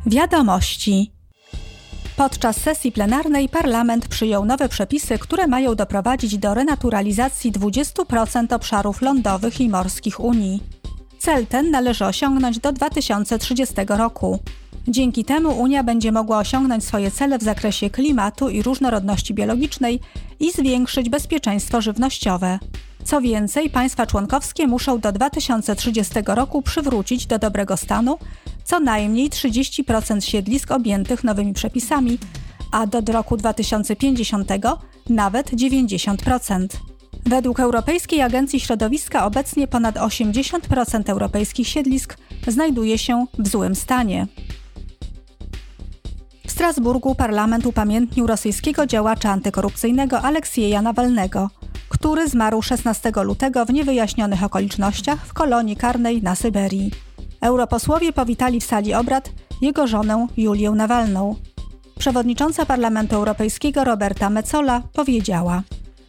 Wiadomości. Podczas sesji plenarnej Parlament przyjął nowe przepisy, które mają doprowadzić do renaturalizacji 20% obszarów lądowych i morskich Unii. Cel ten należy osiągnąć do 2030 roku. Dzięki temu Unia będzie mogła osiągnąć swoje cele w zakresie klimatu i różnorodności biologicznej i zwiększyć bezpieczeństwo żywnościowe. Co więcej, państwa członkowskie muszą do 2030 roku przywrócić do dobrego stanu co najmniej 30% siedlisk objętych nowymi przepisami, a do roku 2050 nawet 90%. Według Europejskiej Agencji Środowiska obecnie ponad 80% europejskich siedlisk znajduje się w złym stanie. W Strasburgu parlament upamiętnił rosyjskiego działacza antykorupcyjnego Aleksieja Nawalnego, który zmarł 16 lutego w niewyjaśnionych okolicznościach w kolonii karnej na Syberii. Europosłowie powitali w sali obrad jego żonę Julię Nawalną. Przewodnicząca Parlamentu Europejskiego Roberta Metsola powiedziała: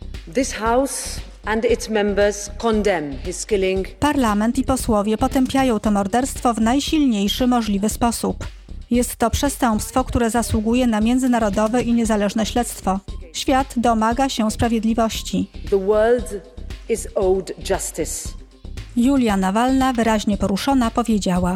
Parlament i posłowie potępiają to morderstwo w najsilniejszy możliwy sposób. Jest to przestępstwo, które zasługuje na międzynarodowe i niezależne śledztwo. Świat domaga się sprawiedliwości. Julia Nawalna, wyraźnie poruszona, powiedziała: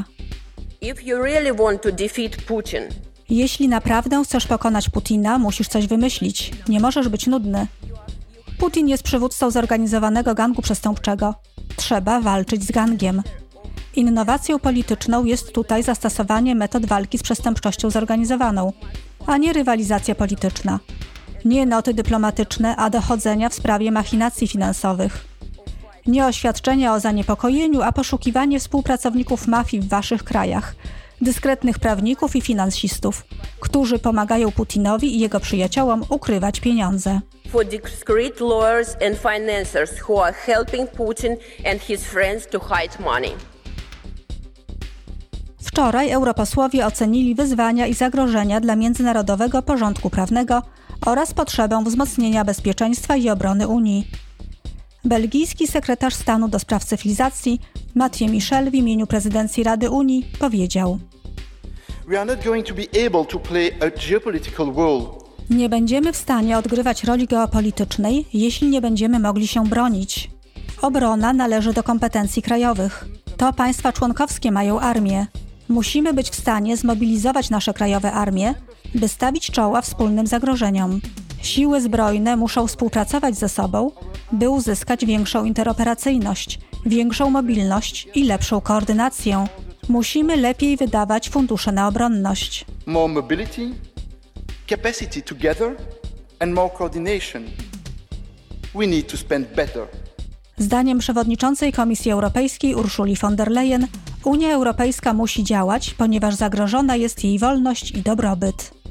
Jeśli naprawdę chcesz pokonać Putina, musisz coś wymyślić. Nie możesz być nudny. Putin jest przywódcą zorganizowanego gangu przestępczego. Trzeba walczyć z gangiem. Innowacją polityczną jest tutaj zastosowanie metod walki z przestępczością zorganizowaną, a nie rywalizacja polityczna. Nie noty dyplomatyczne, a dochodzenia w sprawie machinacji finansowych. Nie oświadczenia o zaniepokojeniu, a poszukiwanie współpracowników mafii w waszych krajach, dyskretnych prawników i finansistów, którzy pomagają Putinowi i jego przyjaciołom ukrywać pieniądze. For discreet lawyers and financiers who are helping Putin and his friends to hide money. Wczoraj europosłowie ocenili wyzwania i zagrożenia dla międzynarodowego porządku prawnego oraz potrzebę wzmocnienia bezpieczeństwa i obrony Unii. Belgijski sekretarz stanu do spraw cywilizacji Mathieu Michel w imieniu prezydencji Rady Unii powiedział: Nie będziemy w stanie odgrywać roli geopolitycznej, jeśli nie będziemy mogli się bronić. Obrona należy do kompetencji krajowych. To państwa członkowskie mają armię. Musimy być w stanie zmobilizować nasze krajowe armie, by stawić czoła wspólnym zagrożeniom. Siły zbrojne muszą współpracować ze sobą, by uzyskać większą interoperacyjność, większą mobilność i lepszą koordynację. Musimy lepiej wydawać fundusze na obronność. More mobility, capacity together and more coordination. We need to spend better. Zdaniem przewodniczącej Komisji Europejskiej Ursuli von der Leyen, Unia Europejska musi działać, ponieważ zagrożona jest jej wolność i dobrobyt.